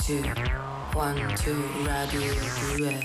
2, 1, 2, radio 2.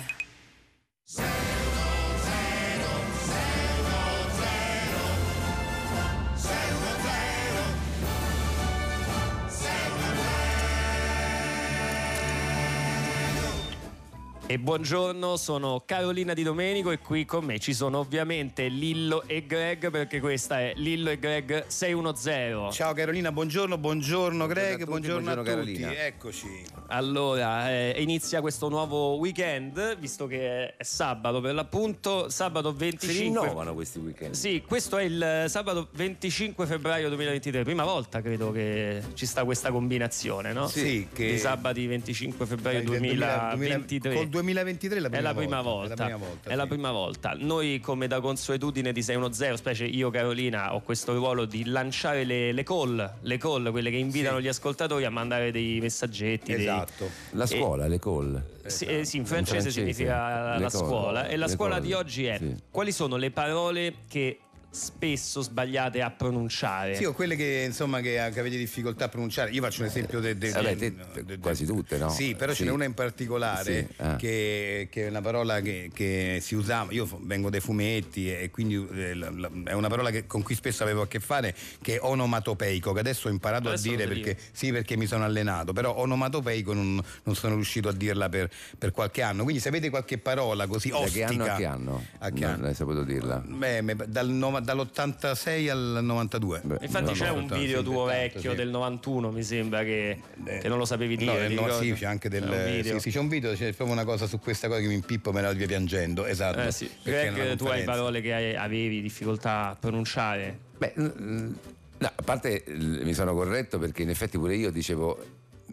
E buongiorno, sono Carolina Di Domenico e qui con me ci sono ovviamente Lillo e Greg, perché questa è Lillo e Greg 610. Ciao Carolina, buongiorno Greg, buongiorno a tutti, Carolina. Eccoci. Allora, inizia questo nuovo weekend, visto che è sabato per l'appunto, sabato 25. Si rinnovano questi weekend. Sì, questo è il sabato 25 febbraio 2023, prima volta credo che ci sta questa combinazione, no? Sì, che di sabati 25 febbraio 2023. Col 2023 è la prima volta. È la prima volta. Noi, come da consuetudine di 610, specie io Carolina, ho questo ruolo di lanciare le call, quelle che invitano gli ascoltatori a mandare dei messaggetti. Esatto. La scuola, le call. Sì, in francese significa la scuola. E la scuola di oggi è: quali sono le parole che spesso sbagliate a pronunciare? Sì, o quelle che insomma che avete difficoltà a pronunciare. Io faccio un esempio quasi tutte, no? Sì, però ce n'è una in particolare che è una parola che si usava. Io vengo dai fumetti e quindi è una parola con cui spesso avevo a che fare, che è onomatopeico, che adesso ho imparato a dire perché mi sono allenato, però onomatopeico non sono riuscito a dirla per qualche anno. Quindi se avete qualche parola così ostica. Da che anno? Non hai saputo dirla? Dall'86 al 92. Infatti c'è un video tuo vecchio del 91, mi sembra che non lo sapevi dire. Sì, c'è anche c'è un video, c'è proprio una cosa su questa cosa che mi impippo, me la via piangendo. Esatto. Sì. Greg, tu hai parole che avevi difficoltà a pronunciare? No, a parte mi sono corretto perché in effetti pure io dicevo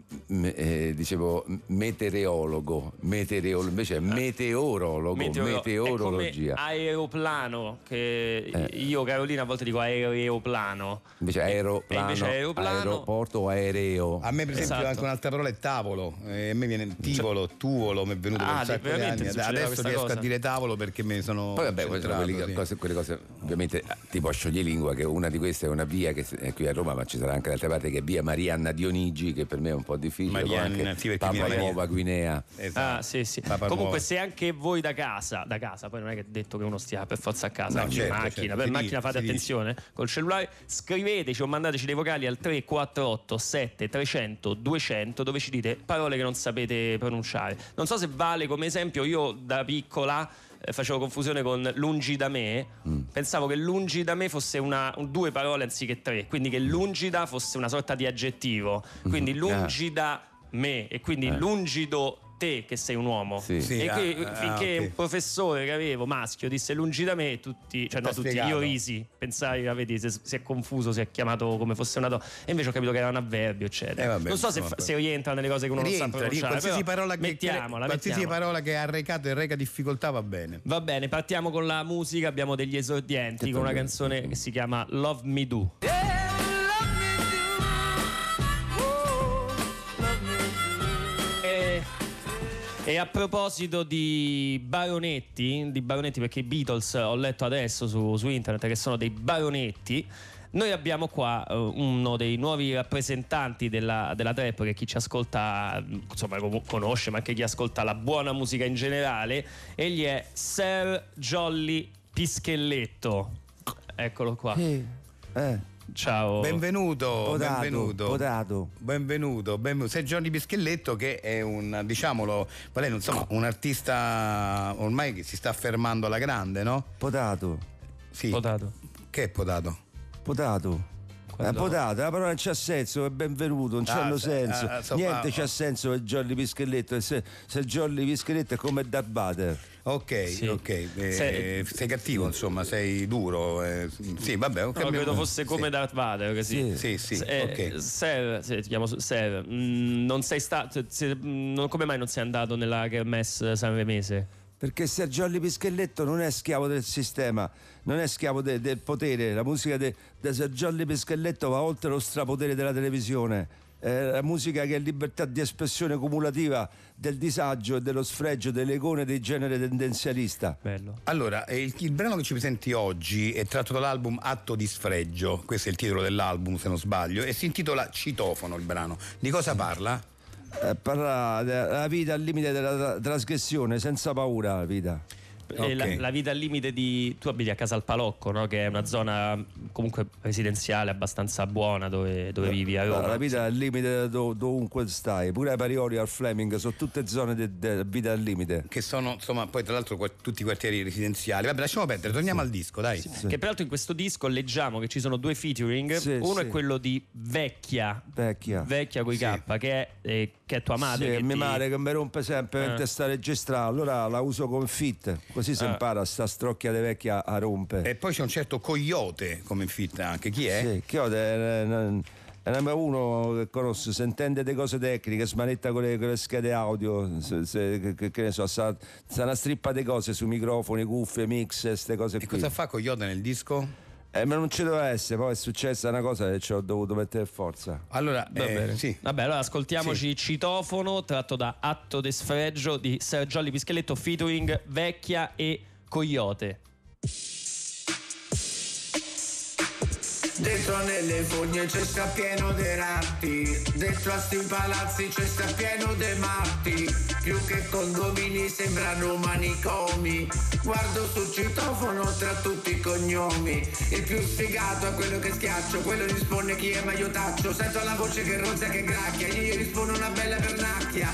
meteorologo, invece è meteorologia. È come aeroplano, che io Carolina a volte dico aeroplano. Invece aeroplano, aeroporto o aereo. A me per esempio anche un'altra parola è tavolo, a me viene tuvolo, mi è venuto per un sacco di anni. Adesso riesco a dire tavolo perché me ne sono. Poi vabbè, quelle cose ovviamente tipo scioglilingua, che una di queste è una via che è qui a Roma, ma ci sarà anche d'altra parte, che è via Marianna Dionigi, che per me è un po' difficile. Marianna, Papua Nuova Guinea. Esatto. Sì. Comunque se anche voi da casa, poi non è che è detto che uno stia per forza a casa, anche in macchina, per macchina fate attenzione col cellulare, scriveteci o mandateci dei vocali al 348 7300 200 dove ci dite parole che non sapete pronunciare. Non so se vale come esempio. Io da piccola facevo confusione con lungi da me, pensavo che lungi da me fosse due parole anziché tre, quindi che lungida fosse una sorta di aggettivo, quindi lungi da me e quindi lungido te che sei un uomo. E qui finché un professore che avevo maschio disse lungi da me, io risi, pensai, vedi, si è confuso, si è chiamato come fosse una donna, e invece ho capito che era un avverbio, eccetera. Non so se rientra nelle cose che uno non sa pronunciare. Qualsiasi parola mettiamola. Parola che ha arrecato e reca difficoltà va bene. Va bene, partiamo con la musica. Abbiamo degli esordienti con una canzone che si chiama Love Me Do. E a proposito di baronetti, perché i Beatles ho letto adesso su internet che sono dei baronetti, noi abbiamo qua uno dei nuovi rappresentanti della trap, che chi ci ascolta insomma conosce, ma anche chi ascolta la buona musica in generale. Egli è Sir Jolly Pischelletto. Eccolo qua. Ciao. Benvenuto. Sei Johnny Pischelletto, che è un un artista ormai che si sta affermando alla grande, no? Potato. Sì. Potato. Che è potato? Potato. Potato, la parola non c'ha senso, è benvenuto, non c'ha senso. Niente c'ha senso per Jolly Pischelletto. Se Jolly Pischelletto è come Darth Vader. Ok. Sei cattivo, insomma, sei duro. Sì, vabbè. Credo fosse come Darth Vader. Così. Sì. Ok. Ti chiamo Ser. Non sei stato. Come mai non sei andato nella Kermesse sanremese? Perché Ser Jolly Pischelletto non è schiavo del sistema, non è schiavo del potere. La musica di Ser Jolly Pischelletto va oltre lo strapotere della televisione. La musica che è libertà di espressione cumulativa del disagio e dello sfregio delle icone del genere tendenzialista. Bello. Allora, il brano che ci presenti oggi è tratto dall'album Atto di sfregio, questo è il titolo dell'album se non sbaglio, e si intitola Citofono il brano. Di cosa parla? Parla della vita al limite della trasgressione, senza paura la vita. Okay. La vita al limite di... Tu abiti a Casalpalocco, no? Che è una zona comunque residenziale abbastanza buona dove vivi a Roma. La vita al limite dovunque stai, pure a Parioli, al Fleming, sono tutte zone di vita al limite. Che sono, insomma, poi tra l'altro tutti i quartieri residenziali. Vabbè, lasciamo perdere, torniamo al disco, dai. Sì. Che peraltro in questo disco leggiamo che ci sono 2 featuring. Uno è quello di Vecchia coi K, che è tua madre. Sì, mia madre che mi rompe sempre mentre sta registrando, allora la uso con fit, così si impara sta strocchia di vecchia a rompe. E poi c'è un certo Coyote come fit anche, chi è? Sì, Coyote è uno che conosco, se intende le cose tecniche, smanetta con le schede audio, che ne so, sa una strippa di cose su microfoni, cuffie, mix, queste cose qui. E cosa fa Coyote nel disco? Ma non ci doveva essere, poi è successa una cosa che ci ho dovuto mettere forza. Allora, sì. Vabbè, allora ascoltiamoci Citofono, tratto da Atto de sfregio di Ser Jolly Pischeletto featuring Vecchia e Coyote. Dentro nelle fogne c'è sta pieno de ratti, dentro a sti palazzi c'è sta pieno de matti, più che condomini sembrano manicomi, guardo sul citofono tra tutti i cognomi, il più sfigato è quello che schiaccio, quello risponde chi è ma io taccio, sento la voce che rozza che gracchia, io gli rispondo una bella pernacchia.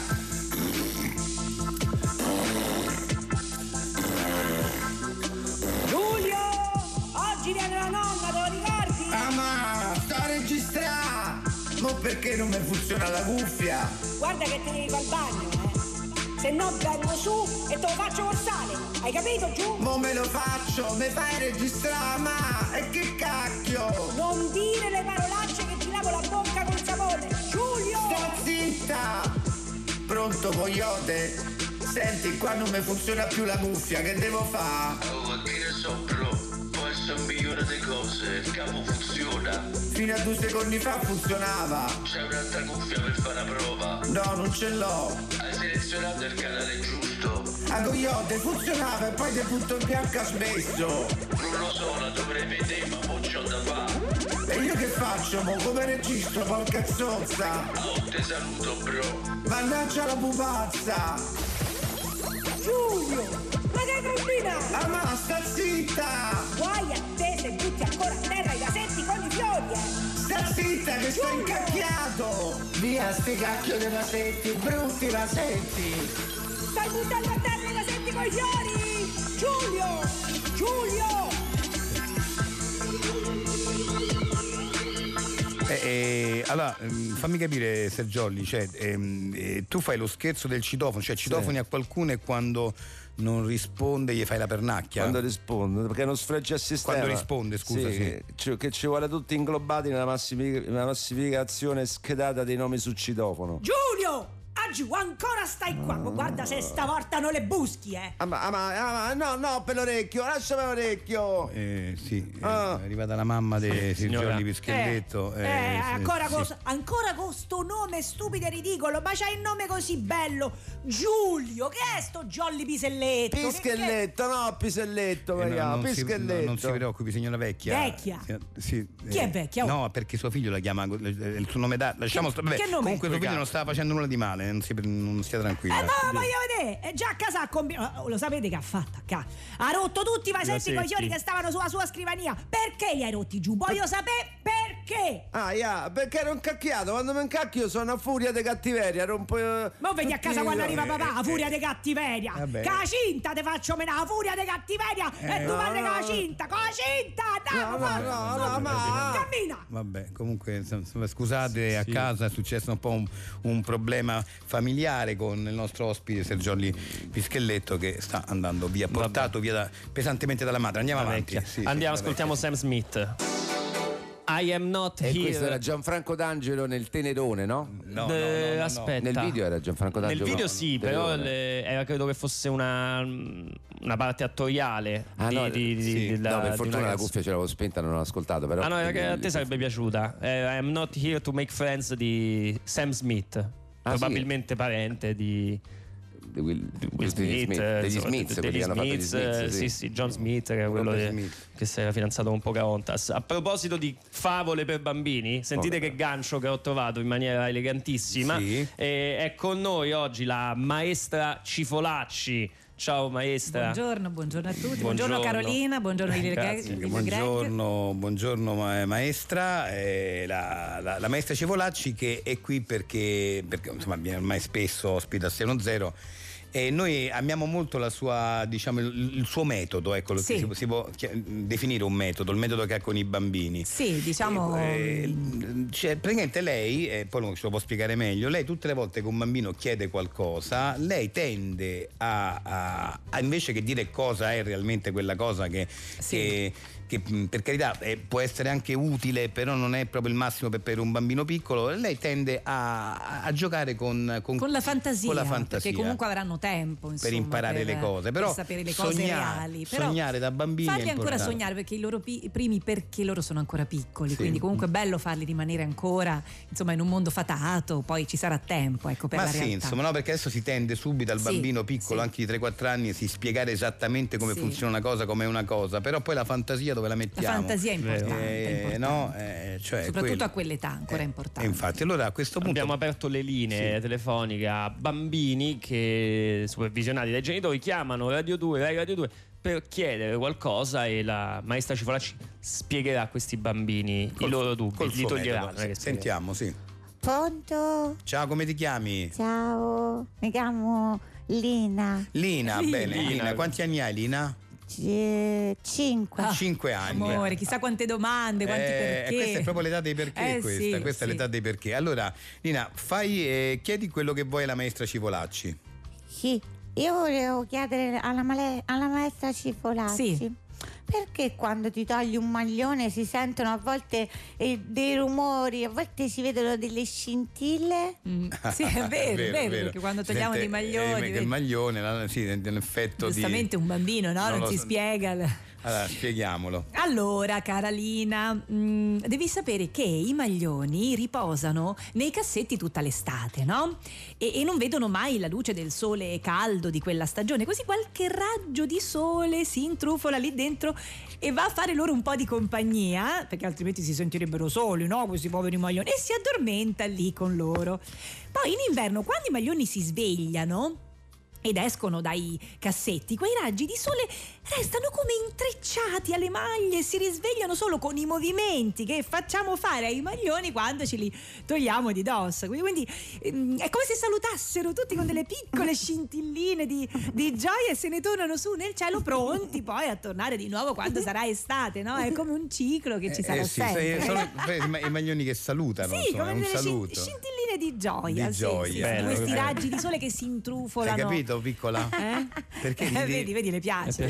Giulio, oggi viene la nonna, te lo ricordi? Ma sta a registrare! Ma perché non mi funziona la cuffia? Guarda che te ne dico al bagno, se no vengo su e te lo faccio col sale, hai capito giù? Mo me lo faccio, me fai registrare, ma e che cacchio? Non dire le parolacce che ti lavo la bocca col sapone, Giulio! Sta zitta! Pronto Coyote? Senti, qua non mi funziona più la cuffia, che devo fare? Oh, che ne so, bro, può essere un milione di cose, il capo funziona. Fino a 2 secondi fa funzionava. C'è un'altra cuffia per fare una prova? No, non ce l'ho. Hai selezionato il canale giusto? A Coyote funzionava e poi ti butto in bianco ha smesso. Non lo so, la dovrei vedere, ma mo' c'ho da fare. E io che faccio, mo? Come registro, porca zozza? Oh, te saluto, bro. Mannaggia la pupazza! Giulio, ma che combina? Ah, ma sta zitta! Guai a te se butti ancora a terra i vasetti con i fiori, Sta zitta che sto incacchiato! Via sti cacchio dei vasetti, brutti vasetti! Stai buttando a terra i vasetti con i fiori! Giulio! Giulio! Allora, fammi capire, Sergiolli, cioè, tu fai lo scherzo del citofono, cioè citofoni a qualcuno e quando non risponde gli fai la pernacchia? Quando risponde, perché non sfreggia il sistema. Quando risponde, scusa, sì. Che ci vuole tutti inglobati nella massificazione schedata dei nomi sul citofono. Giulio! Giù, ancora stai qua, ma guarda se stavolta non le buschi, no, per l'orecchio, lasciami l'orecchio. Sì, è arrivata la mamma di Sergiolli Pischeletto. Ancora con sto nome stupido e ridicolo, ma c'hai il nome così bello, Giulio, che è sto Jolly Piselletto? Pischelletto, no, Piselletto, Pischelletto. Non si preoccupi, signora Vecchia. Vecchia? Sì, Chi è Vecchia? No, perché suo figlio la chiama, il suo nome lasciamo stare. Che nome? Comunque suo figlio non stava facendo nulla di male, non stia tranquilla. No, voglio vedere, è già a casa lo sapete che ha fatto? Ha rotto tutti i vasetti con i fiori che stavano sulla sua scrivania. Perché li hai rotti giù? Voglio sapere perché. Perché ero incacchiato. Quando mi incacchio sono a furia di cattiveria. Rompo. Ma vedi a casa quando arriva papà, a furia di cattiveria. Che la cinta te faccio menare, a furia di cattiveria. E tu madre con la cinta, no, cammina. Vabbè, comunque scusate, a casa è successo un po' un problema familiare con il nostro ospite Sergiolli Pischelletto che sta andando via, portato via pesantemente dalla madre. Andiamo avanti. Andiamo, ascoltiamo Sam Smith. I am not here. Questo era Gianfranco D'Angelo nel Tenerone, no? No, aspetta. Nel video era Gianfranco D'Angelo. Nel video sì, però era, credo che fosse una parte attoriale. No, per fortuna la cuffia ce l'avevo spenta, non l'ho ascoltato. Però era che a te sarebbe piaciuta. I am not here to make friends di Sam Smith. Probabilmente parente di Will Smith, degli Smith, quelli che hanno fatto gli Smith, sì, John Smith, che era quello che si era fidanzato con Pocahontas. A proposito di favole per bambini, sentite che gancio che ho trovato in maniera elegantissima. È con noi oggi la maestra Cifolacci. Ciao maestra. Buongiorno a tutti. Buongiorno Carolina, buongiorno buongiorno maestra. La maestra Cifolacci, che è qui perché insomma viene ormai spesso ospite a 610. E noi amiamo molto la sua, diciamo, il suo metodo, ecco, si può definire un metodo, il metodo che ha con i bambini. Sì, diciamo. Praticamente lei, poi ce lo può spiegare meglio, lei tutte le volte che un bambino chiede qualcosa, lei tende a invece che dire cosa è realmente quella cosa che per carità può essere anche utile, però non è proprio il massimo per un bambino piccolo, lei tende a giocare con la fantasia, perché comunque avranno tempo, insomma, per imparare le cose, però per sapere le cose reali, però sognare da bambini farli è ancora sognare, perché i loro primi, perché loro sono ancora piccoli, quindi comunque è bello farli rimanere ancora, insomma, in un mondo fatato, poi ci sarà tempo, ecco, per la realtà. Insomma, no, perché adesso si tende subito al bambino piccolo, anche di 3-4 anni, si spiegare esattamente come funziona una cosa, come è una cosa, però poi la fantasia dove la mettiamo? La fantasia è importante, no? Cioè soprattutto a quell'età ancora è importante. Infatti, allora a questo punto abbiamo aperto le linee telefoniche a bambini che, supervisionati dai genitori, chiamano Radio 2 per chiedere qualcosa, e la maestra Cifolacci spiegherà a questi bambini i loro dubbi, li toglierà. Sentiamo, Pronto? Ciao, come ti chiami? Ciao, mi chiamo Lina. Lina, bene. Lina, quanti anni hai, Lina? 5. 5 anni. Amore, chissà quante domande, quanti perché. Questa è proprio l'età dei perché. Questa è l'età dei perché. Allora, Lina, chiedi quello che vuoi alla maestra Cifolacci. Sì, io volevo chiedere alla maestra Cifolacci. Perché quando ti togli un maglione si sentono a volte dei rumori, a volte si vedono delle scintille? Sì, è vero, perché quando togliamo dei maglioni, il maglione, in effetto, giustamente un bambino, no? Non si spiega. Allora, spieghiamolo. Allora, Carolina, devi sapere che i maglioni riposano nei cassetti tutta l'estate, no? E non vedono mai la luce del sole caldo di quella stagione, così qualche raggio di sole si intrufola lì dentro e va a fare loro un po' di compagnia, perché altrimenti si sentirebbero soli, no? Questi poveri maglioni, e si addormenta lì con loro. Poi in inverno, quando i maglioni si svegliano ed escono dai cassetti, quei raggi di sole restano come intrecciati alle maglie e si risvegliano solo con i movimenti che facciamo fare ai maglioni quando ce li togliamo di dosso. Quindi è come se salutassero tutti con delle piccole scintilline di gioia e se ne tornano su nel cielo, pronti poi a tornare di nuovo quando sarà estate, no? È come un ciclo che ci sarà sempre. Sono i maglioni che salutano, sì, insomma, come è un delle saluto. Scintilline di gioia. Bello, questi raggi di sole che si intrufolano. Hai capito, piccola? Perché vedi, le piace.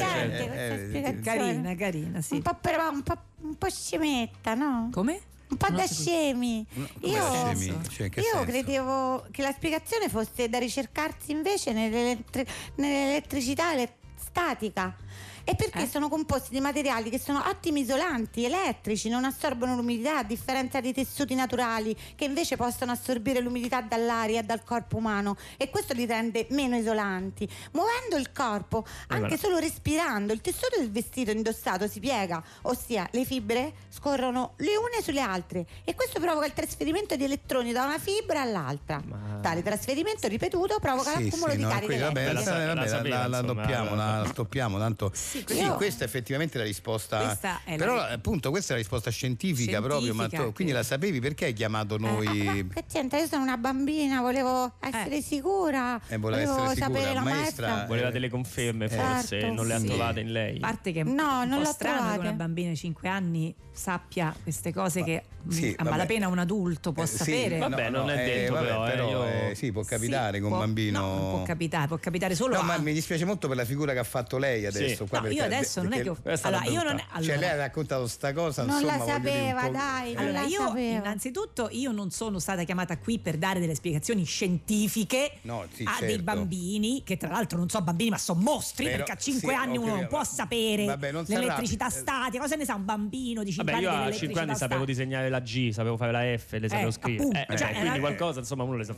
Carina, sì. Un po' scemetta, no? Come? Un po' da scemi. Io credevo che la spiegazione fosse da ricercarsi invece nell'elettricità statica. E perché sono composti di materiali che sono ottimi isolanti elettrici, non assorbono l'umidità, a differenza dei tessuti naturali che invece possono assorbire l'umidità dall'aria e dal corpo umano, e questo li rende meno isolanti. Muovendo il corpo, anche solo respirando, il tessuto del vestito indossato si piega, ossia le fibre scorrono le une sulle altre, e questo provoca il trasferimento di elettroni da una fibra all'altra. Tale trasferimento ripetuto provoca l'accumulo di cariche elettriche. La stoppiamo, tanto. Sì, questa è effettivamente la risposta. Però appunto questa è la risposta scientifica proprio. Ma tu quindi la sapevi? Perché hai chiamato noi? Che c'entra? Io sono una bambina, volevo essere sicura. Volevo sapere la maestra. Voleva delle conferme, forse non le ha trovate in lei. A parte che no, non l'ho strano trovate. che una bambina di 5 anni sappia queste cose che a malapena un adulto può sapere. Vabbè, non è detto, però sì, può capitare con un bambino. No, può capitare solo. No, ma mi dispiace molto per la figura che ha fatto lei adesso. Qua, io adesso non è che cioè lei ha raccontato sta cosa, non insomma, la sapeva, dai. Allora, innanzitutto io non sono stata chiamata qui per dare delle spiegazioni scientifiche a dei bambini, che tra l'altro non sono bambini ma sono mostri, perché a 5 anni uno non può sapere l'elettricità statica. Cosa ne sa un bambino di 5 anni? Io a 5 anni sapevo disegnare la G, sapevo fare la F, le sapevo scrivere. Quindi qualcosa insomma uno le sa fare.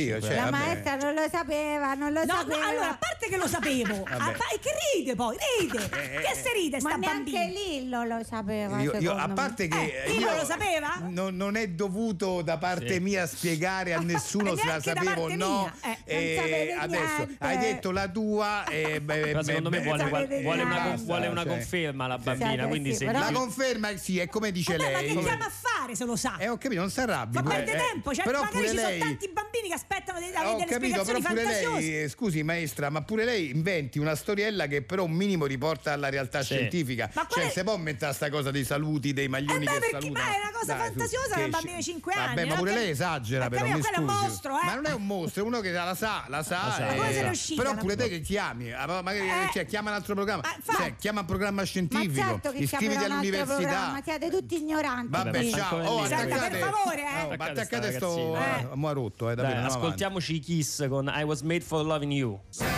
Sì, cioè, la maestra non lo sapeva, non lo sapeva. Allora, a parte che lo sapevo, che ride poi, ride. Che se ride sta bambina? Ma neanche Lillo lo sapeva. Io, a parte che Lillo lo sapeva? Non è dovuto da parte mia spiegare a nessuno se la sapevo o no. Adesso hai detto la tua. Però secondo me vuole una conferma la bambina. Quindi se la conferma sì, è come dice lei. Ma che andiamo a fare se lo sa? Ho capito, non si arrabbi. Ma perde tempo, cioè, però magari ci lei... sono tanti bambini che aspettano di avere delle capito, spiegazioni però pure fantasiose. lei, scusi maestra, ma pure lei inventi una storiella che però un minimo riporta alla realtà scientifica. Ma cioè, se può inventare sta cosa dei saluti, dei maglioni che salutano. Ma è una cosa fantasiosa per un bambino di 5 anni. Vabbè, ma pure lei esagera, però mi scusi. Quello è un mostro, Ma non è un mostro, è uno che la sa. Ma come se ne uscita? Però pure te che chiami, chiama un altro programma, chiama un programma scientifico, certo che iscriviti all'università. Ma siete tutti ignoranti. Vabbè, ciao. Per favore, attaccate sto mo ha rotto, davvero. Ascoltiamoci i Kiss con I Was Made for Loving You.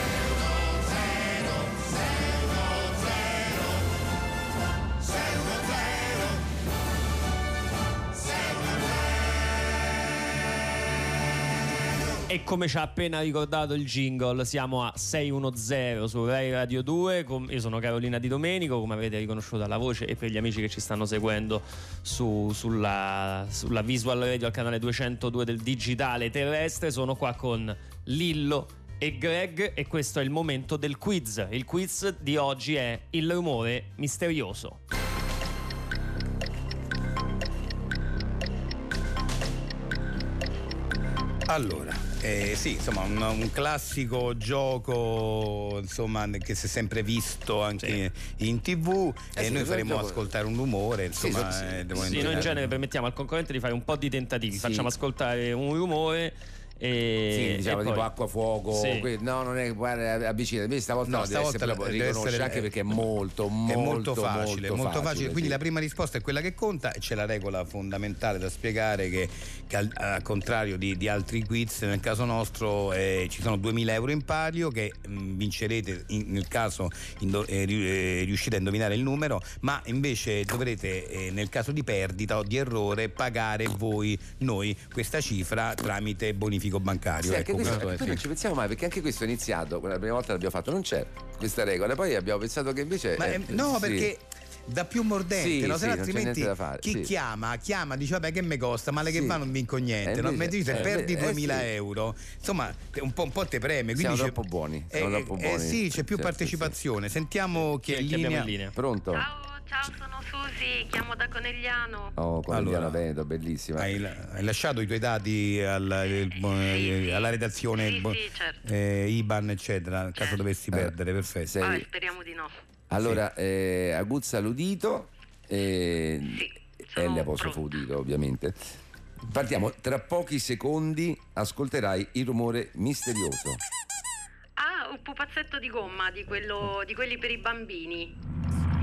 E come ci ha appena ricordato il jingle, siamo a 610 su Rai Radio 2. Io sono Carolina Di Domenico, come avete riconosciuto dalla voce, e per gli amici che ci stanno seguendo sulla Visual Radio al canale 202 del digitale terrestre, sono qua con Lillo e Greg e questo è il momento del quiz. Il quiz di oggi è il rumore misterioso. Allora, sì, insomma, un classico gioco, insomma, che si è sempre visto anche in TV e noi faremo ascoltare un rumore, insomma. Noi in genere permettiamo al concorrente di fare un po' di tentativi, facciamo ascoltare un rumore. Diciamo tipo poi... acqua, fuoco, no, non è, guarda, avvicina. Stavolta deve essere anche perché è molto facile. Quindi la prima risposta è quella che conta e c'è la regola fondamentale da spiegare che al contrario di altri quiz, nel caso nostro ci sono 2.000 euro in palio che vincerete nel caso riuscite a indovinare il numero, ma invece dovrete nel caso di perdita o di errore pagare noi questa cifra tramite bonifico bancario. Sì, non ci pensiamo mai, perché anche questo è iniziato, la prima volta l'abbiamo fatto, non c'è questa regola, poi abbiamo pensato che invece perché da più mordente, no? Se altrimenti chi sì. chiama dice vabbè che mi costa, male che va non vinco niente, no? Mentre se perdi 2.000 euro, insomma un po' te preme, quindi siamo troppo buoni. Sì, c'è più partecipazione. Sentiamo chi è in linea. Pronto? Ciao, sono Susi, chiamo da Conegliano. Oh, Conegliano Veneto, bellissima. Hai lasciato i tuoi dati alla redazione, sì, certo. IBAN eccetera, nel caso dovessi perdere, perfetto. Speriamo di no. Allora, aguzza l'udito, sì, l'apostrofo udito ovviamente. Partiamo, tra pochi secondi ascolterai il rumore misterioso. Ah, un pupazzetto di gomma, di quelli per i bambini.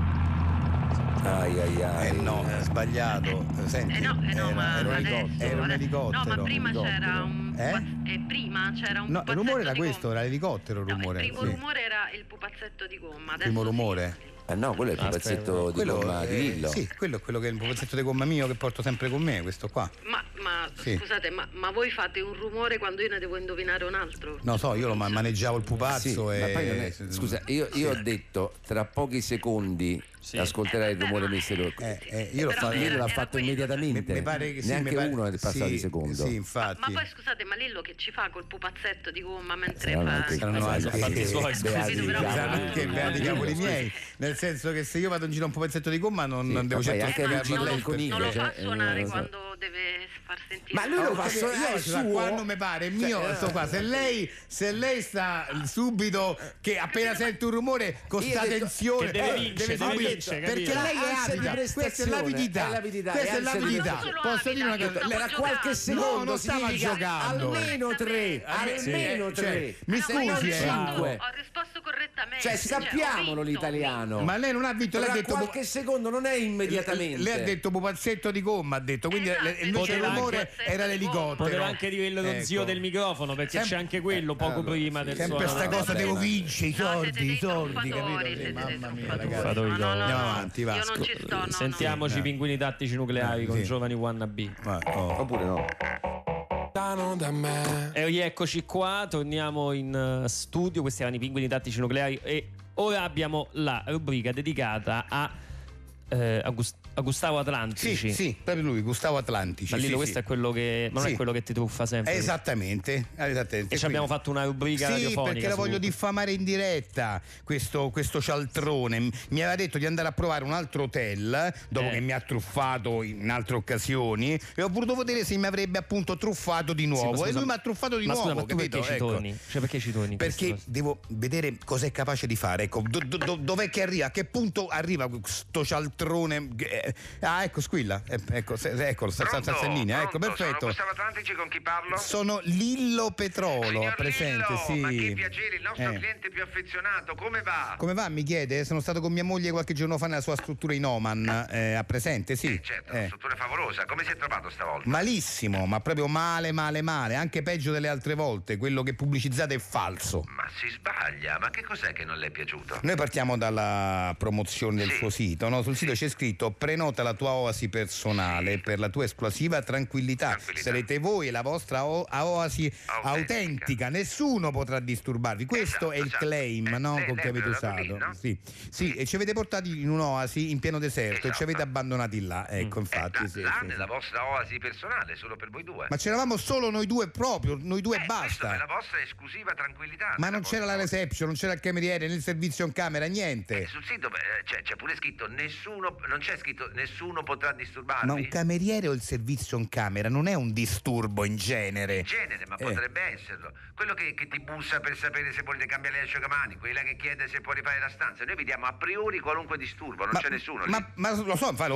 No, è sbagliato. Senti, era un elicottero. No, ma prima c'era un prima c'era un no, il rumore era questo, gomma. Era l'elicottero il rumore. Il primo rumore era il pupazzetto di gomma. Il primo rumore? No, quello è il pupazzetto di gomma di Lillo. Sì, quello è quello che è il pupazzetto di gomma mio che porto sempre con me, questo qua. Ma scusate, ma voi fate un rumore quando io ne devo indovinare un altro? No, io lo maneggiavo il pupazzo ma poi non è, scusa, io ho detto tra pochi secondi ascolterai il rumore misterioso. Io l'ha fatto immediatamente. Mi pare che neanche uno è passato di secondo. Sì, infatti. Ma poi scusate, ma Lillo che ci fa col pupazzetto di gomma mentre saranno anche i suoi, anche beati cavoli miei, nel senso che se io vado in giro un pupazzetto di gomma non devo certo anche il coniglio. Non lo fa suonare quando deve far sentire. Ma lui lo fa suonare quando mi pare mio, sto qua. Se lei sta subito che appena sente un rumore con sta tensione deve subito perché lei è avida, questa è l'avidità. Questa è l'avidità. Posso dire una cosa? Era qualche secondo, non stava giocando. Almeno tre. Mi scusi, ho risposto correttamente. Cioè sappiamolo l'italiano. Ma lei non ha vinto, lei ha detto qualche secondo, non è immediatamente. Lei ha detto pupazzetto di gomma, ha detto, quindi invece il rumore era l'elicottero. Poteva anche dire lo zio del microfono, perché c'è anche quello poco prima del suono. Sempre sta cosa devo vincere i soldi, capito? Mamma mia, ragazzi. Andiamo avanti, va. Io non ci sto, Sentiamoci i pinguini tattici nucleari con giovani wannabe. Oppure no. lontano da me. E rieccoci qua, torniamo in studio. Questi erano i Pinguini Tattici Nucleari e ora abbiamo la rubrica dedicata a Gustavo Atlantici. Sì, proprio lui, Gustavo Atlantici. Ma Lillo, questo è quello che non è quello che ti truffa sempre. Esattamente. E ci abbiamo fatto una rubrica radiofonica. Sì, perché lo voglio diffamare in diretta, questo cialtrone. Mi aveva detto di andare a provare un altro hotel dopo che mi ha truffato in altre occasioni, e ho voluto vedere se mi avrebbe appunto truffato di nuovo. E lui mi ha truffato di nuovo. Scusa, ma capito? Perché ci torni? Cioè, perché ci torni? Perché devo vedere cos'è capace di fare. Ecco, dov'è che arriva? A che punto arriva questo cialtrone? Ecco, squilla. Ecco, sta in linea. Ecco, perfetto. Sono Gustavo Atlantici, con chi parlo? Sono Lillo Petrolo, Signor presente, Lillo, sì. ma che piacere, il nostro cliente più affezionato, come va? Come va, mi chiede? Sono stato con mia moglie qualche giorno fa nella sua struttura in Oman, a presente, sì. Certo, una struttura favolosa. Come si è trovato stavolta? Malissimo, ma proprio male, anche peggio delle altre volte. Quello che pubblicizzate è falso. Ma si sbaglia, ma che cos'è che non le è piaciuto? Noi partiamo dalla promozione del suo sito, no? Sul sito c'è scritto: prenota la tua oasi personale per la tua esclusiva tranquillità. Sarete voi e la vostra oasi autentica. Nessuno potrà disturbarvi. Questo è il claim, no? Che avete usato. No? Sì, e ci avete portati in un'oasi in pieno deserto e ci avete abbandonati là. Ecco, infatti. Nella vostra oasi personale, solo per voi due. Ma c'eravamo solo noi due, proprio noi due e basta. Questa è la vostra esclusiva tranquillità. Ma non c'era la reception, non c'era il cameriere, né il servizio in camera, niente. Sul sito c'è pure scritto non c'è scritto nessuno potrà disturbarvi. Ma un cameriere o il servizio in camera non è un disturbo in genere. In genere, ma potrebbe esserlo. Quello che ti bussa per sapere se volete cambiare le asciugamani, quella che chiede se può rifare la stanza. Noi vediamo a priori qualunque disturbo, non c'è nessuno lì. Ma lo so, infatti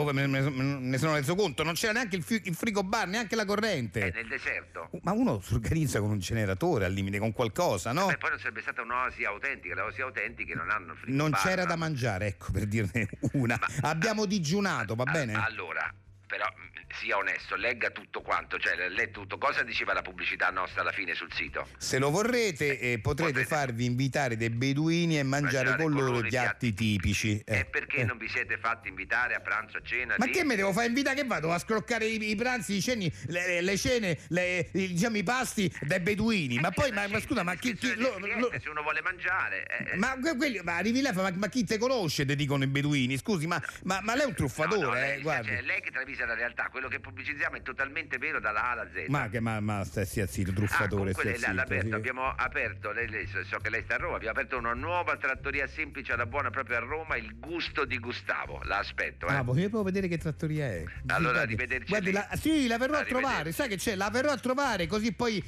ne sono reso conto, non c'era neanche il frigo bar, neanche la corrente. È nel deserto. Ma uno si organizza con un generatore al limite, con qualcosa, no? Poi non sarebbe stata un'oasi autentica, le oasi autentiche non hanno il frigo non bar. Non c'era da mangiare, ecco, per dirne una. Abbiamo digiunato, va bene? Allora, però sia onesto, legga tutto quanto, cioè letto tutto. Cosa diceva la pubblicità nostra alla fine sul sito? Se lo vorrete, potrete farvi invitare dei beduini e mangiare con loro i piatti tipici. E perché non vi siete fatti invitare a pranzo, a cena? Ma che mi devo fare invitare? Che vado a scroccare i pranzi, i ceni, le cene, diciamo i pasti dai beduini? Ma poi, ma scusa, ma chi se uno vuole mangiare ma arrivi là, ma chi te conosce, ti dicono i beduini? Scusi, ma lei è un truffatore, guardi. Cioè, lei che travisa la realtà, quello che pubblicizziamo è totalmente vero dalla A alla Z. Ma stia zitto, truffatore. Sì. Abbiamo aperto, so che lei sta a Roma, abbiamo aperto una nuova trattoria semplice alla buona proprio a Roma, il gusto di Gustavo. La aspetto. Voglio proprio vedere che trattoria è. Allora, arrivederci. Guardi, la verrò a trovare, sai che c'è? La verrò a trovare, così poi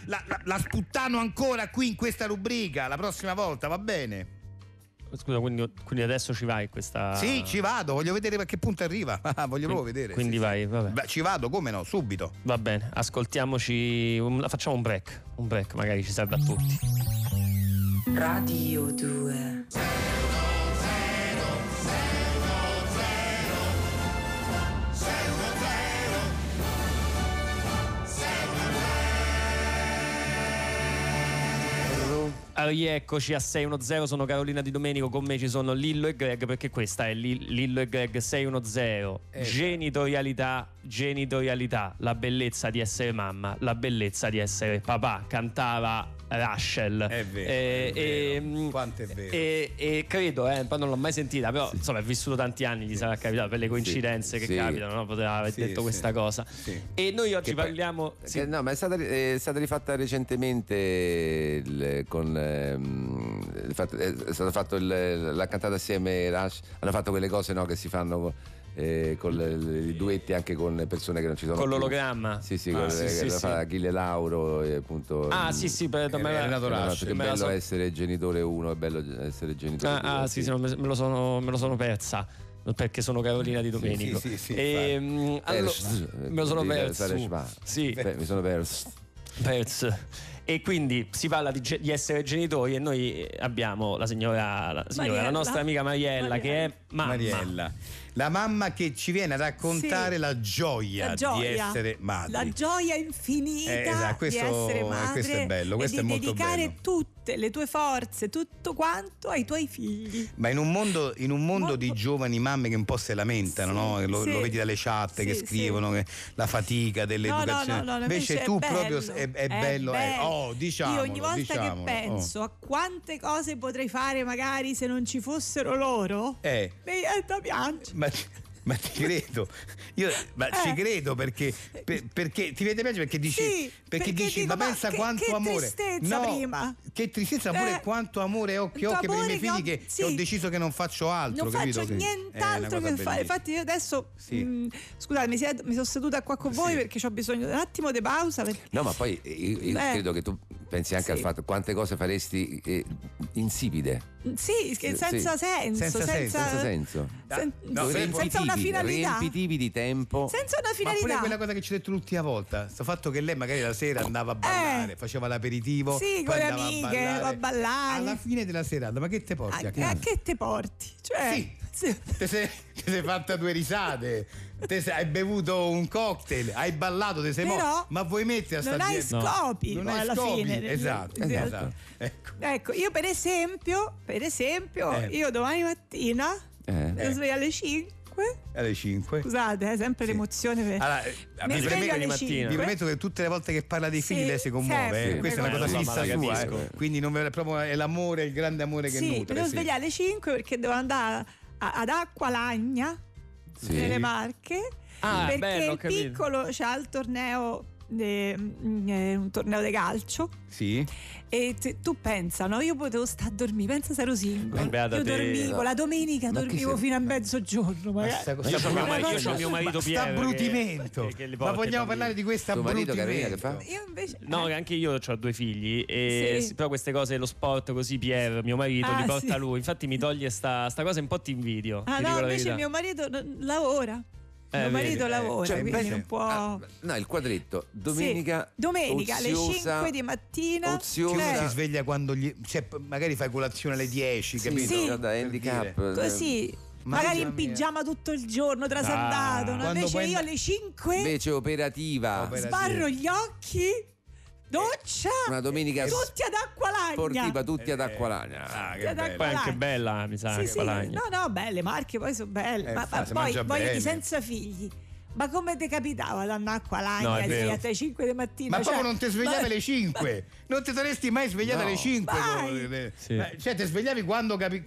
la sputtano ancora qui in questa rubrica la prossima volta, va bene? Scusa, quindi adesso ci vai questa... Sì, ci vado, voglio vedere a che punto arriva. Voglio proprio vedere. Quindi vai, vabbè. Beh, ci vado, come no, subito. Va bene, ascoltiamoci, facciamo un break magari ci serve a tutti. Radio 2. Rieccoci a 610, sono Carolina Di Domenico, con me ci sono Lillo e Greg, perché questa è Lillo e Greg 610. Genitorialità, la bellezza di essere mamma, la bellezza di essere papà, cantava Rachel. È vero, quanto è vero. E credo, poi non l'ho mai sentita, però insomma è vissuto tanti anni, gli sarà capitato per le coincidenze che capitano, no? Poteva aver detto questa cosa. E noi oggi parliamo... No, ma è stata rifatta recentemente è stato fatto l'ha cantata assieme Rush, hanno fatto quelle cose, no, che si fanno con i duetti anche con persone che non ci sono con più. L'ologramma fa Achille Lauro e appunto Renato Rush. È bello essere genitore uno, è bello essere genitore due. Sì, me lo sono persa perché sono Carolina Di Domenico. Allora, me lo sono perso. Mi sono perso. E quindi si parla di essere genitori e noi abbiamo la nostra amica Mariella che è mamma. Mariella. La mamma che ci viene a raccontare la gioia di essere madri. La gioia infinita esatto, di essere madre. Questo è bello, questo e è di molto dedicare bello. tutte le tue forze, tutto quanto ai tuoi figli. Ma in un mondo di giovani mamme che un po' se lamentano, no? Lo vedi dalle chat che scrivono che la fatica dell'educazione. No, invece tu proprio è bello. Diciamolo, io ogni volta che penso a quante cose potrei fare magari se non ci fossero loro, mi viene da piangere. Ma ti credo, ci credo perché ti vede peggio perché dici, perché dici dico, ma pensa quanto che amore. Tristezza prima. Che tristezza pure quanto amore ho per i miei figli che ho deciso che non faccio altro. Non capito? faccio nient'altro che fare. Infatti io adesso scusate, mi sono seduta qua con voi perché ho bisogno di un attimo di pausa. No, ma poi io credo che tu pensi anche al fatto quante cose faresti insipide. Sì, senza senso. Senza una finalità. Riempitivi di tempo. Senza una finalità. Ma pure quella cosa che ci ho detto l'ultima volta, sto fatto che lei magari la sera andava a ballare, faceva l'aperitivo, sì, con le amiche, a ballare. Alla fine della serata, ma che te porti a casa? A che te porti? Cioè, ti sei fatta 2 risate, hai bevuto un cocktail, hai ballato, ti sei morto. Ma vuoi mettere a sta non hai scopi alla fine. Esatto. Ecco, io per esempio, io domani mattina mi sveglio alle 5. Alle 5. Scusate, sempre l'emozione. Allora, mi sveglio alle 5. Vi prometto che tutte le volte che parla dei figli lei si commuove. Questa è una cosa fissa sua. Quindi non è proprio è l'amore, il grande amore che nutre. Mi devo svegliare alle 5 perché devo andare ad Acqualagna nelle Marche. Perché bello, il piccolo c'ha il torneo. Un torneo di calcio. Sì. E tu pensa, no? Io potevo stare a dormire, pensa se ero single. Io dormivo, la domenica dormivo fino a mezzogiorno. Io ho mio marito Piero. Abbrutimento. Ma vogliamo parlare di questo abbrutimento? Che fa? Io invece. No, anche io ho 2 figli. Però queste cose, lo sport così, Piero, mio marito, li porta lui. Infatti mi toglie sta cosa, un po' ti invidio. No, invece mio marito lavora. Mio marito lavora, quindi non può. No, il quadretto. Domenica alle 5 di mattina. Oziosa. Si sveglia quando magari fai colazione alle 10, capito? Sì. Handicap. Così. Magari in pigiama tutto il giorno, trasandato. Invece io alle 5 invece operativa. Sbarro gli occhi. Doccia una domenica tutti ad Acqualagna, sportiva, tutti ad Acqualagna. Poi anche bella, mi sa, Acqualagna. No, belle Marche, poi sono belle. Ma poi voglio dire, senza figli. Ma come ti capitava da andare a Acqualagna alle 5 di mattina? Ma proprio non ti svegliavi alle 5? Non ti saresti mai svegliata alle 5? Cioè ti svegliavi quando volevi,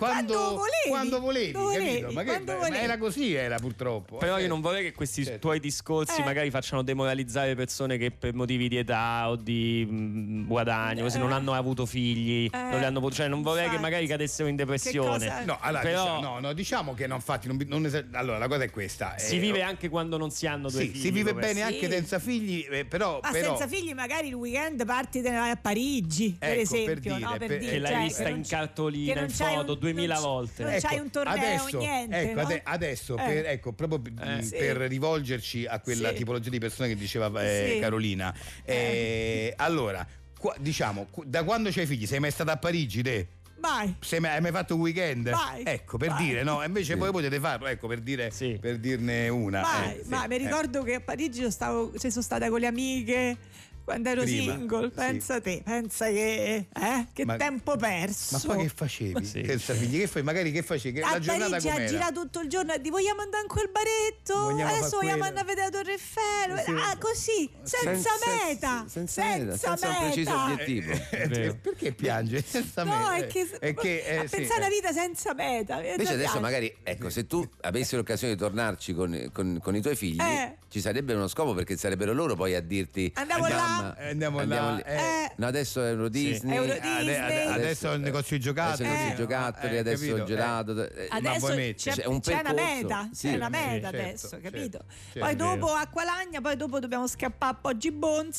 capito? Ma era così, purtroppo. Però io non vorrei che questi tuoi discorsi magari facciano demoralizzare persone che per motivi di età o di guadagno, così non hanno avuto figli, non li hanno potuto, cioè non vorrei che magari cadessero in depressione. No, allora diciamo che allora la cosa è questa. Si vive anche quando non si hanno 2 figli. Si vive bene anche senza figli, però senza figli magari il weekend parti te ne vai a Parigi, per esempio, che l'hai vista in cartolina, in foto 2000 volte. Non c'hai un torneo, niente. Adesso proprio per rivolgerci a quella tipologia di persone che diceva Carolina. Allora, diciamo, da quando c'hai figli sei mai stata a Parigi, te? Mai. Hai mai fatto un weekend? Mai. Ecco, per dire, no? Invece poi potete farlo, ecco, per dirne una. Mai. Mi ricordo che a Parigi sono stata con le amiche quando ero single. Pensa te, pensa che tempo perso. Ma poi che facevi? Senza figli? Che fai? Magari che facevi? La giornata Parigi com'era? a girare tutto il giorno e di vogliamo andare in quel baretto? Adesso vogliamo andare a vedere la Torre Eiffel. Così, senza meta. Senza un preciso obiettivo. Perché piange? Senza meta. No, è che pensare alla vita senza meta. Invece adesso magari, se tu avessi l'occasione di tornarci con i tuoi figli, ci sarebbe uno scopo, perché sarebbero loro poi a dirti andiamo là. No, adesso è Euro Disney. Adesso è il negozio di giocattoli. Adesso il gelato. Adesso c'è una meta. C'è una meta adesso, capito? Poi dopo Acqualagna, poi dopo dobbiamo scappare a Poggi Bonzi.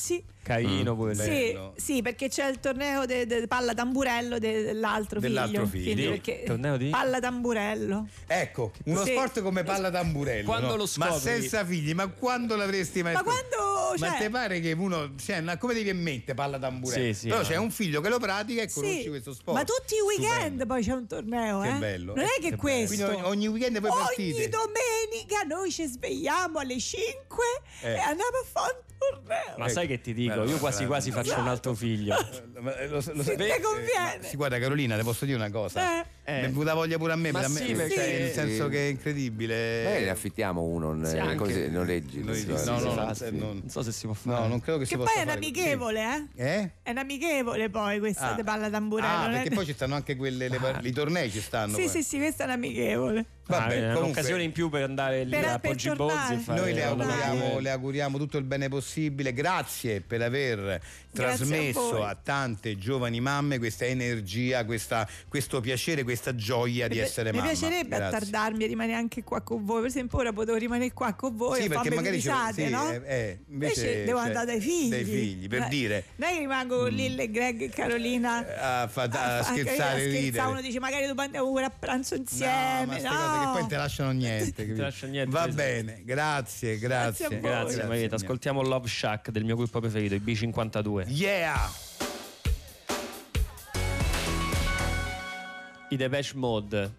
Carino pure. Sì, perché c'è il torneo de palla tamburello dell'altro figlio. Perché torneo di palla tamburello. Ecco, uno sport come palla tamburello. Quando lo scopri? Ma senza figli, ma quando l'avresti mai fatto? Ma te pare che uno, come devi in mente palla tamburello? Sì, però c'è un figlio che lo pratica e conosci questo sport. Ma tutti i weekend poi c'è un torneo, Che bello. Non è che questo. Quindi ogni weekend poi partite. Ogni domenica noi ci svegliamo alle 5 e andiamo a fare un torneo. Ma sai che ti dico? Io quasi faccio un altro figlio. Se te conviene. Sì, guarda Carolina, ti posso dire una cosa. Mi è venuta voglia pure a me, Ma me perché nel senso che è incredibile. Ne affittiamo uno, così noleggi. Non so se si può fare. No, non credo che si possa fare. fare. Che poi è un'amichevole, È un'amichevole poi questa di palla tamburello. Perché poi ci stanno anche i tornei ci stanno. Sì, questa è un'amichevole. Vabbè, è un'occasione in più per andare lì a Poggi Bozzi. Noi le auguriamo tutto il bene possibile. Grazie per aver trasmesso a tante giovani mamme questa energia, questo piacere, questa gioia di essere mamma. Mi piacerebbe attardarmi e rimanere anche qua con voi. Per esempio, ora potevo rimanere qua con voi e farmi risate, no? Invece devo andare dai figli. Per dire. Non è che rimango con Lille, Greg e Carolina a scherzare e ridere. Uno dice magari dopo andiamo pure a pranzo insieme, no? Che poi non ti lasciano niente. Va bene, grazie. Marietta. Ascoltiamo Love Shack del mio gruppo preferito, i B52. Yeah! I Depeche Mode,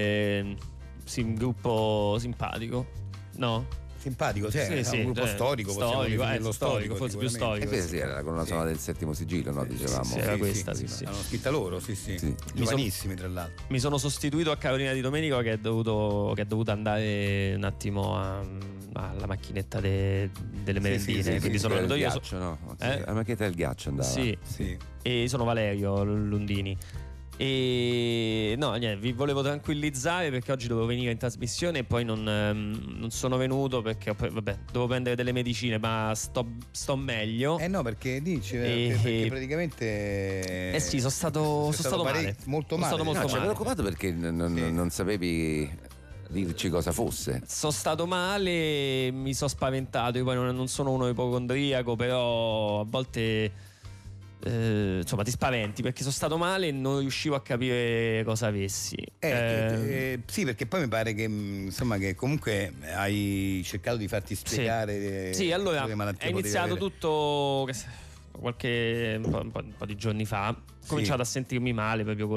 un gruppo simpatico, no? Simpatico, un gruppo storico, possiamo definirlo storico, forse più storico. Sì, era la colonna sonora del Settimo Sigillo, no? Dicevamo. Sì, era questa, sì. L'hanno scritta loro, sì. Giovanissimi, tra l'altro. Mi sono sostituito a Carolina Di Domenico che è dovuta andare un attimo alla macchinetta delle merendine, quindi sono venuto io. La macchinetta del ghiaccio andava. Sì. E sono Valerio Lundini. E no, niente, vi volevo tranquillizzare perché oggi dovevo venire in trasmissione e poi non sono venuto perché devo prendere delle medicine, ma sto meglio. No, perché dici perché praticamente sono stato male, molto male. Sono stato molto male. Ci preoccupato perché non sapevi dirci cosa fosse. Sono stato male, mi sono spaventato. Io poi non sono uno ipocondriaco, però a volte insomma ti spaventi perché sono stato male e non riuscivo a capire cosa avessi. Sì, perché poi mi pare che insomma che comunque hai cercato di farti spiegare. Sì, allora è iniziato tutto un po' di giorni fa. Ho cominciato a sentirmi male proprio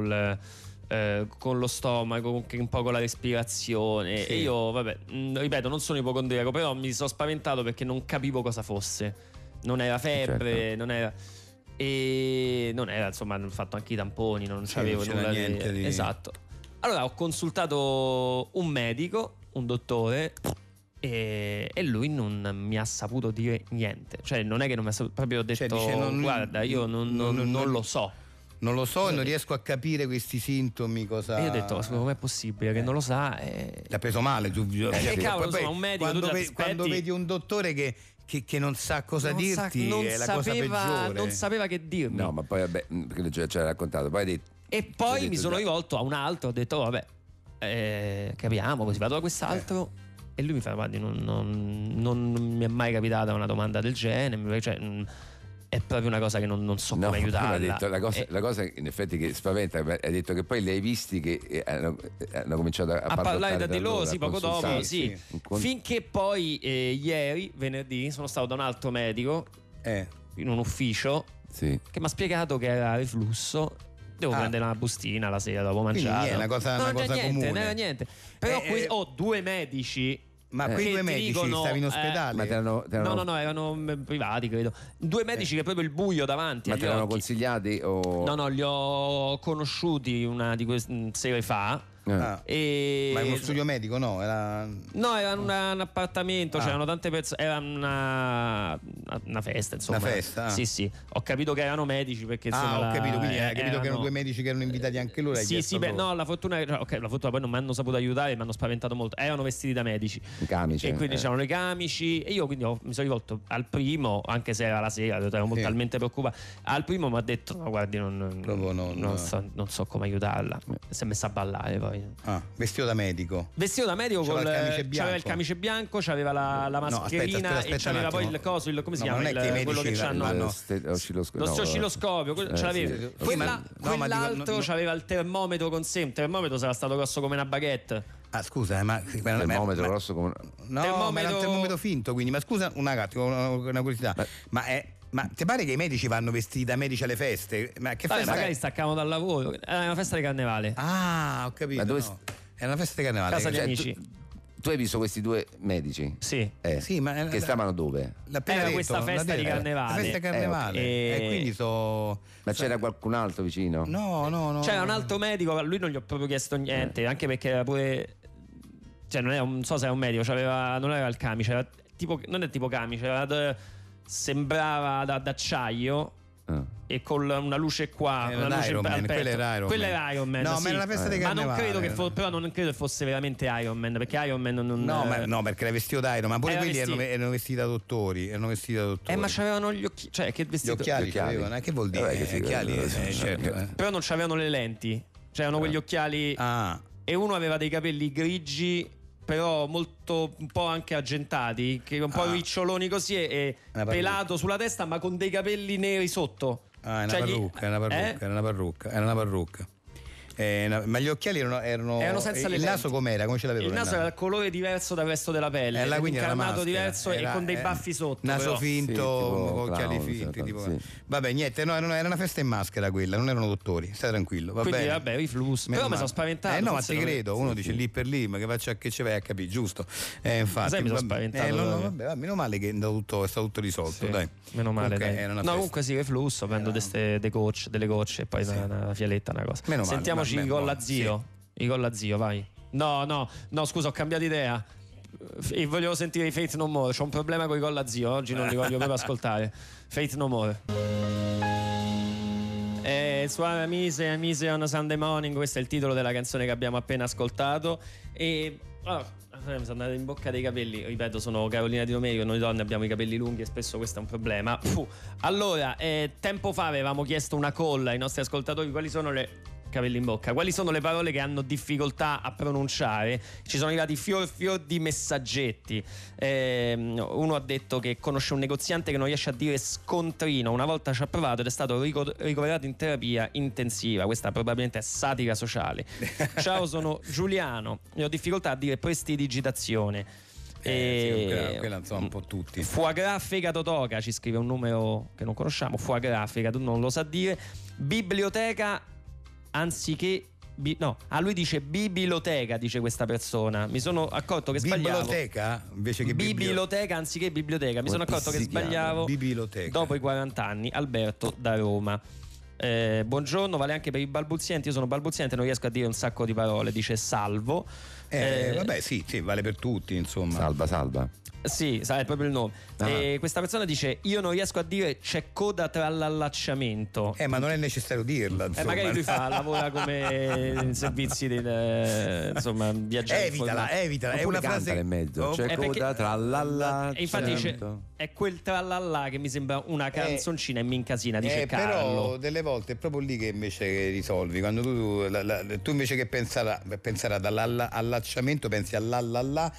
con lo stomaco, un po' con la respirazione. E io, ripeto, non sono ipocondriaco, però mi sono spaventato perché non capivo cosa fosse. Non era febbre, non era. E non era, insomma, hanno fatto anche i tamponi, non c'avevo nulla di. Esatto. Allora ho consultato un medico, un dottore, e lui non mi ha saputo dire niente. Cioè, non è che non mi ha saputo, proprio ho detto guarda, io non lo so. Non lo so e non riesco a capire questi sintomi cosa. E io ho detto, com'è possibile che non lo sa? L'ha preso male, cavolo, insomma, un medico quando vedi un dottore che non sa cosa dirti è la cosa peggiore. Non sapeva che dirmi. No, ma poi perché ci ha raccontato. E poi mi sono rivolto a un altro, ho detto capiamo, così vado da quest'altro. E lui mi fa, guardi, non mi è mai capitata una domanda del genere, cioè, è proprio una cosa che non so come aiutarla. Detto, la cosa in effetti che spaventa, hai detto che poi li hai visti che hanno cominciato a parlare da di loro, poco dopo, finché poi ieri, venerdì, sono stato da un altro medico in un ufficio che mi ha spiegato che era reflusso. Devo prendere una bustina la sera dopo mangiare. È una cosa comune. Non era niente. Però ho due medici. Ma quei due medici stavi in ospedale? No, erano privati, credo. Due medici che proprio il buio davanti. Ma te l'hanno consigliati? No, li ho conosciuti una di queste sere fa. Ma è uno studio medico? No, era un appartamento, c'erano tante persone, era una festa, insomma. Una festa? Sì, ho capito che erano medici perché ho capito, quindi hai capito che erano due medici che erano invitati anche loro. La fortuna poi non mi hanno saputo aiutare, mi hanno spaventato molto. Erano vestiti da medici. I camici. E quindi c'erano i camici e io quindi mi sono rivolto al primo, anche se era la sera, ero talmente preoccupato. Al primo mi ha detto, no, guardi, non so come aiutarla. Si è messa a ballare poi. Vestito da medico. Vestito da medico, c'aveva il camice bianco, c'aveva la mascherina, aspetta e c'aveva poi il coso, come si chiama? Quello che c'hanno lo oscilloscopio, quell'altro c'aveva il termometro con sé. Il termometro sarà stato grosso come una baguette. Scusa, ma termometro grosso come ma era un termometro finto, quindi. Ma scusa, una curiosità. Ma ti pare che i medici vanno vestiti da medici alle feste? Ma che festa? Magari staccavano dal lavoro. Era una festa di carnevale. Ah, ho capito. Era una festa di carnevale. Casa di amici. Tu hai visto questi due medici? Sì. Sì, ma che stavano dove? Era questa festa di carnevale. La festa di carnevale. E quindi Ma c'era qualcun altro vicino? No. C'era un altro medico, a lui non gli ho proprio chiesto niente, anche perché era pure. Cioè, non so se era un medico, non era il camice, era tipo, non è tipo camice, sembrava d'acciaio. E con una luce qua, una luce Iron Man, quella era Iron Man. No, sì. Ma era una festa di carnevale. Ma non credo che credo che fosse veramente Iron Man, perché Iron Man non. No, perché era vestito da Iron Man. Pure quelli erano vestiti da dottori. Ma c'avevano gli occhi. Cioè, che vestito? Gli occhiali avevano. Che vuol dire? Certo. Però non c'avevano le lenti. C'erano quegli occhiali. E uno aveva dei capelli grigi, però un po' anche argentati, che un po' riccioloni così e pelato sulla testa, ma con dei capelli neri sotto. Era una parrucca. Ma gli occhiali erano senza le il lenti. Naso com'era? Come ce l'aveva? Il naso era il colore diverso dal resto della pelle, era incarnato diverso e con dei baffi sotto. Naso finto, con occhiali finti. Vabbè, niente, era una festa in maschera quella, non erano dottori, stai tranquillo. Quindi vabbè, riflusso. Però mi sono spaventato. No, ma ti credo, uno dice lì per lì, ma che ci vai a capire, giusto? Infatti. Mi sono spaventato. Vabbè, meno male che è stato tutto risolto, dai. Meno male, dai. No, comunque sì, reflusso, prendo delle gocce e poi una fialetta, una cosa. Sentiamoci i Colla Zio. I Colla Zio, vai. No, scusa, ho cambiato idea. E volevo sentire i Faith No More. C'ho un problema con i Colla Zio. Oggi non li voglio proprio ascoltare. Faith No More. Su Mise on a Sunday Morning. Questo è il titolo della canzone che abbiamo appena ascoltato. E mi sono andato in bocca dei capelli. Ripeto, sono Carolina Di Romeo. Noi donne abbiamo i capelli lunghi e spesso questo è un problema. Allora, tempo fa avevamo chiesto una call ai nostri ascoltatori quali sono capelli in bocca, quali sono le parole che hanno difficoltà a pronunciare. Ci sono arrivati fior di messaggetti. Uno ha detto che conosce un negoziante che non riesce a dire scontrino, una volta ci ha provato ed è stato ricoverato in terapia intensiva. Questa probabilmente è satira sociale. Ciao, sono Giuliano e ho difficoltà a dire prestidigitazione. Quella insomma un po' tutti. Foie gras fegato toga, ci scrive un numero che non conosciamo. Foie gras fegato non lo sa dire. Biblioteca anziché lui dice biblioteca, dice questa persona. Mi sono accorto che sbagliavo. Biblioteca invece che biblioteca anziché biblioteca. Mi sono accorto che sbagliavo dopo i 40 anni. Alberto da Roma. Buongiorno, vale anche per i balbuzienti. Io sono balbuziente, non riesco a dire un sacco di parole, dice Salvo. Vabbè, sì, vale per tutti, insomma. Salva. Sì, è proprio il nome. E questa persona dice: io non riesco a dire c'è coda tra l'allacciamento. Ma non è necessario dirla. Magari lui lavora come servizi insomma, viaggiare. Evitala. È una frase in mezzo. C'è coda tra l'allacciamento. E infatti dice: è quel trallallà che mi sembra una canzoncina e mi incasina, dice Carlo. Però delle volte è proprio lì che invece risolvi. Quando tu invece che pensare all'allacciamento pensi all'allallà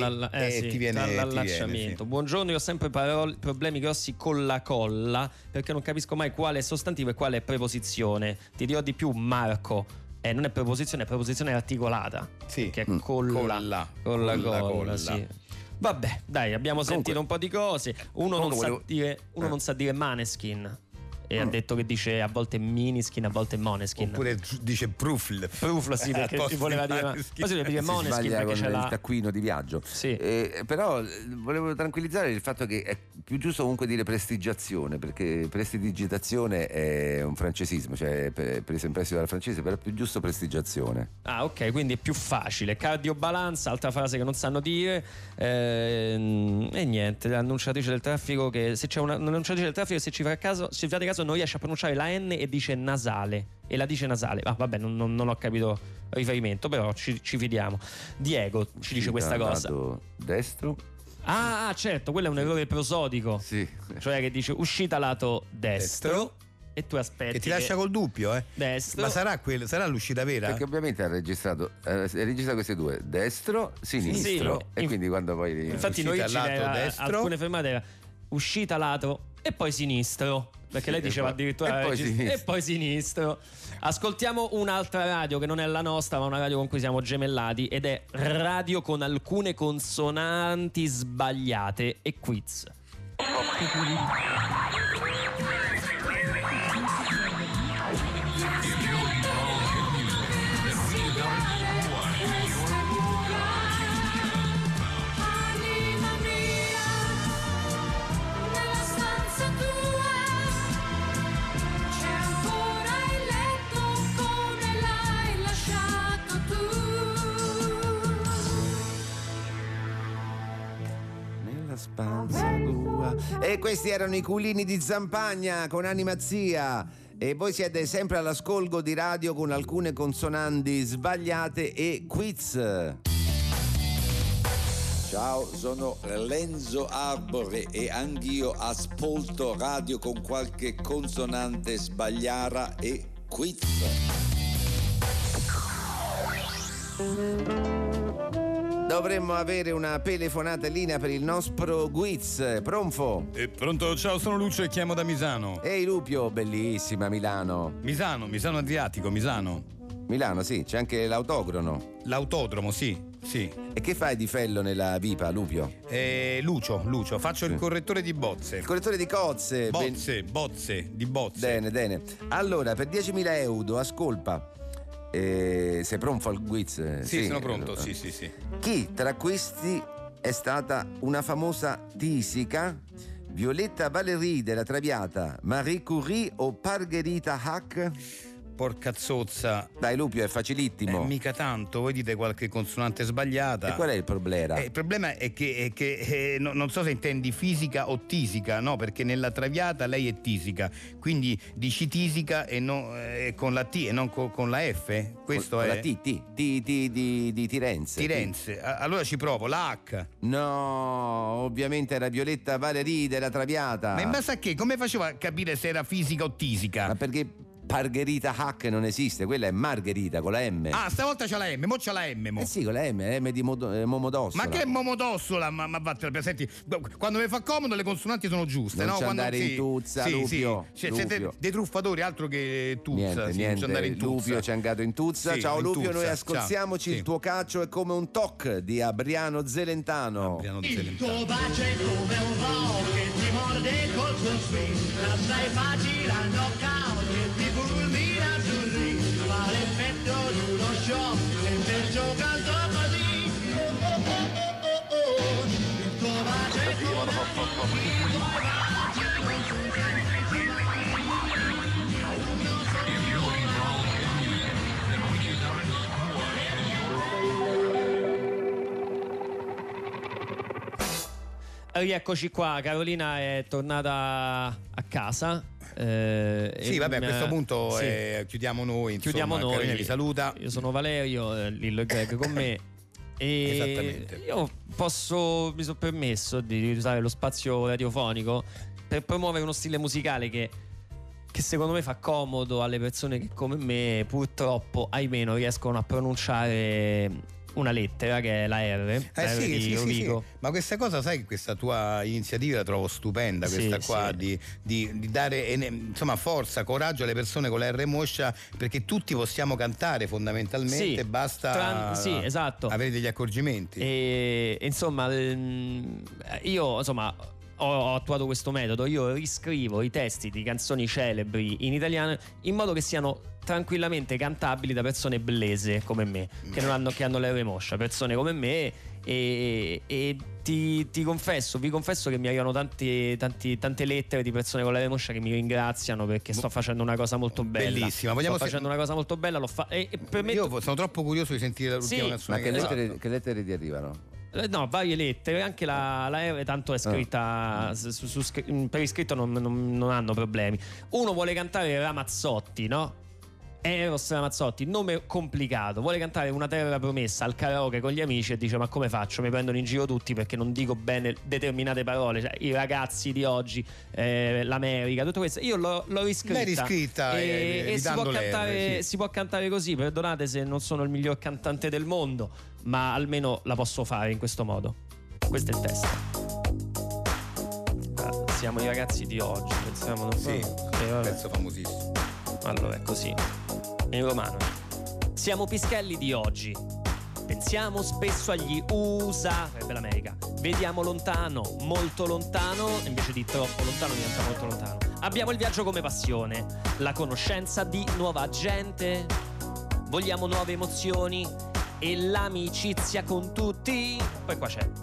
e ti viene. Sì. Buongiorno, io ho sempre problemi grossi con la colla perché non capisco mai quale è sostantivo e quale è preposizione. Ti dirò di più, Marco. Non è preposizione, è preposizione articolata. Sì. Che è colla. Colla. Sì. Vabbè, dai, abbiamo sentito un po' di cose. Uno non sa dire Maneskin. E ha detto che dice a volte Miniskin, a volte Moneskin. Oppure dice Prufl, sì, perché voleva dire ma si deve dire Moneskin perché c'è il taccuino di viaggio. Sì. Però volevo tranquillizzare il fatto che è più giusto comunque dire prestigiazione, perché prestidigitazione è un francesismo, cioè preso in prestito dal francese, però è più giusto prestigiazione. Ok, quindi è più facile. Cardiobalance, altra frase che non sanno dire. E niente, l'annunciatrice del traffico che se c'è un'annunciatrice del traffico, se ci fate caso non riesce a pronunciare la N e dice nasale, e la dice nasale. Vabbè, non ho capito riferimento, però ci fidiamo. Diego ci dice questa cosa. Destro. Certo, quello è un errore prosodico. Sì. Cioè che dice uscita lato destro. e tu aspetti. Che ti lascia col dubbio, Destro. Ma sarà l'uscita vera? Perché ovviamente ha registrato questi due, destro, sinistro. Sì, e quindi quando poi. Infatti noi alcune fermate era uscita lato e poi sinistro. Perché lei diceva addirittura e poi sinistro. Ascoltiamo un'altra radio che non è la nostra, ma una radio con cui siamo gemellati, ed è Radio con alcune consonanti sbagliate e quiz. E questi erano i culini di Zampagna con Animazia. E voi siete sempre all'ascolto di Radio con alcune consonanti sbagliate e quiz. Ciao, sono Lenzo Arbore e anch'io ascolto radio con qualche consonante sbagliata e quiz. Dovremmo avere una telefonata in linea per il nostro quiz. Pronto? Pronto, ciao, sono Lucio e chiamo da Misano. Ehi Lupio, bellissima Milano. Misano Adriatico, Misano. Milano, sì, c'è anche l'autodromo. L'autodromo, sì. E che fai di fello nella Vipa, Lupio? Lucio, faccio il correttore di bozze. Il correttore di cozze. Bozze, di bozze. Bene. Allora, per 10.000 euro, ascolta. Sei pronto al quiz? Sì, sono pronto, sì. Chi tra questi è stata una famosa tisica? Violetta Valéry della Traviata, Marie Curie o Margherita Hack? Porca zozza. Dai Lupio, è facilissimo. Mica tanto, voi dite qualche consonante sbagliata. E qual è il problema? Il problema è che non so se intendi fisica o tisica, no, perché nella Traviata lei è tisica, quindi dici tisica e con la T e non con la F. Questo con è la T di Tirenze. Tirenze. Allora ci provo, la H. No, ovviamente era Violetta Valéry della Traviata. Ma in base a che? Come faceva a capire se era fisica o tisica? Ma perché Margherita Hack non esiste, quella è Margherita con la M. Ah, stavolta c'ha la M, mo c'ha la M. Sì, con la M di Momodossola. Ma che è Momodossola? Ma vattene, senti, quando mi fa comodo le consonanti sono giuste, non no? Andare in tuzza, Lupio. Sì. Siete dei truffatori, altro che tuzza. Niente, andare in tuzza. Lupio ci è andato in tuzza. Sì, ciao in Lupio, tuzza. noi ascoltiamoci. Ciao. Il tuo calcio è come un toc di Adriano Zelentano. Il tuo bacio è come un rock che ti morde col suo swing, la sai facile al knockout che ti fulmina sul ring, fa l'effetto di uno shock e per giocato così. Il tuo bacio è come un rock, i tuoi baci non sono Rieccoci qua, Carolina è tornata a casa. Sì, vabbè, a questo punto chiudiamo noi. Chiudiamo noi. Carolina vi saluta. Io sono Valerio, Lillo e Greg con me. E esattamente. Io mi sono permesso di usare lo spazio radiofonico per promuovere uno stile musicale che secondo me fa comodo alle persone che come me purtroppo, ahimè, non riescono a pronunciare una lettera che è la R. Sì. Ma questa cosa, sai, che questa tua iniziativa la trovo stupenda, questa qua di dare insomma forza, coraggio alle persone con la R moscia, perché tutti possiamo cantare fondamentalmente, basta esatto, avere degli accorgimenti. E insomma io ho attuato questo metodo. Io riscrivo i testi di canzoni celebri in italiano in modo che siano tranquillamente cantabili da persone blese come me, che hanno la R moscia, persone come me. E vi confesso che mi arrivano tante lettere di persone con la R moscia che mi ringraziano perché sto facendo una cosa molto bella. Bellissima. Facendo una cosa molto bella, Io sono troppo curioso di sentire l'ultima canzone. Ma che lettere ti arrivano? No, varie lettere, anche la R tanto è scritta per iscritto non hanno problemi. Uno vuole cantare Ramazzotti, no? Eros Ramazzotti, nome complicato, vuole cantare Una terra promessa al karaoke con gli amici e dice: ma come faccio? Mi prendono in giro tutti perché non dico bene determinate parole, cioè, i ragazzi di oggi, l'America, tutto questo. Io l'ho riscritta. L'hai riscritta e si può cantare così. Perdonate se non sono il miglior cantante del mondo, ma almeno la posso fare in questo modo. Questo è il testo. Siamo i ragazzi di oggi, pensiamo. Sì, pezzo famosissimo. Allora è così. In romano: siamo pischelli di oggi, pensiamo spesso agli USA, sarebbe l'America, vediamo lontano, molto lontano, invece di troppo lontano diventa molto lontano. Abbiamo il viaggio come passione, la conoscenza di nuova gente, vogliamo nuove emozioni e l'amicizia con tutti. Poi qua c'è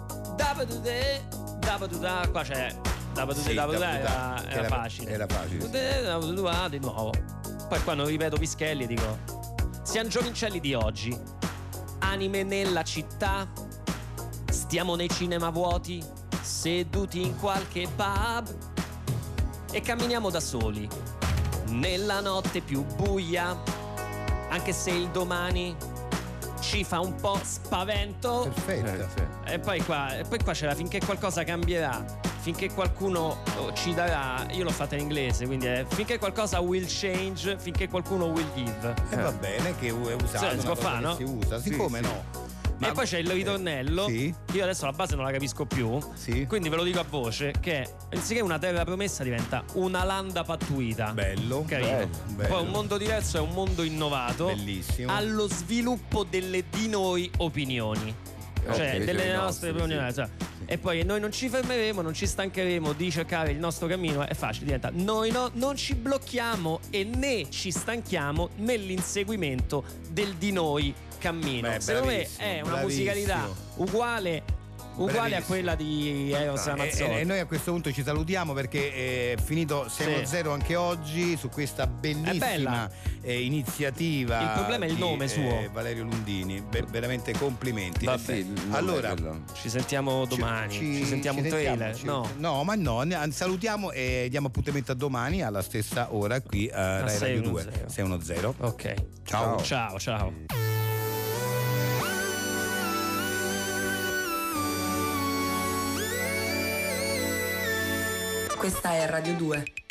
Dabaduda, qua c'è Dabaduda, era facile. Era facile. Di nuovo. Poi qua non ripeto pischelli e dico: siamo giovincelli di oggi, anime nella città, stiamo nei cinema vuoti, seduti in qualche pub e camminiamo da soli nella notte più buia, anche se il domani ci fa un po' spavento. Perfetto. E poi qua c'era finché qualcosa cambierà, finché qualcuno ci darà. Io l'ho fatta in inglese, quindi è finché qualcosa will change, finché qualcuno will give. E va bene che è usato, si può fare, no? Si usa, siccome no? E poi c'è il ritornello. Sì. Io adesso la base non la capisco più. Sì. Quindi ve lo dico a voce: che anziché una terra promessa diventa una landa pattuita. Bello. Carino. Bello. Poi un mondo diverso è un mondo innovato. Bellissimo. Allo sviluppo delle di noi opinioni. Cioè delle nostre opinioni. Sì. E poi noi non ci fermeremo, non ci stancheremo di cercare il nostro cammino. È facile, diventa noi non ci blocchiamo e né ci stanchiamo nell'inseguimento del di noi cammino. Secondo me è una musicalità uguale a quella di Eros Ramazzotti. E noi a questo punto ci salutiamo perché è finito 6-0 anche oggi su questa bellissima iniziativa. Il problema è il nome suo, Valerio Lundini. Veramente complimenti. Allora ci sentiamo domani. Ci sentiamo un trailer. No, ma no, salutiamo e diamo appuntamento a domani alla stessa ora qui a Rai Radio 2 610. Ok. Ciao. Questa è Radio 2.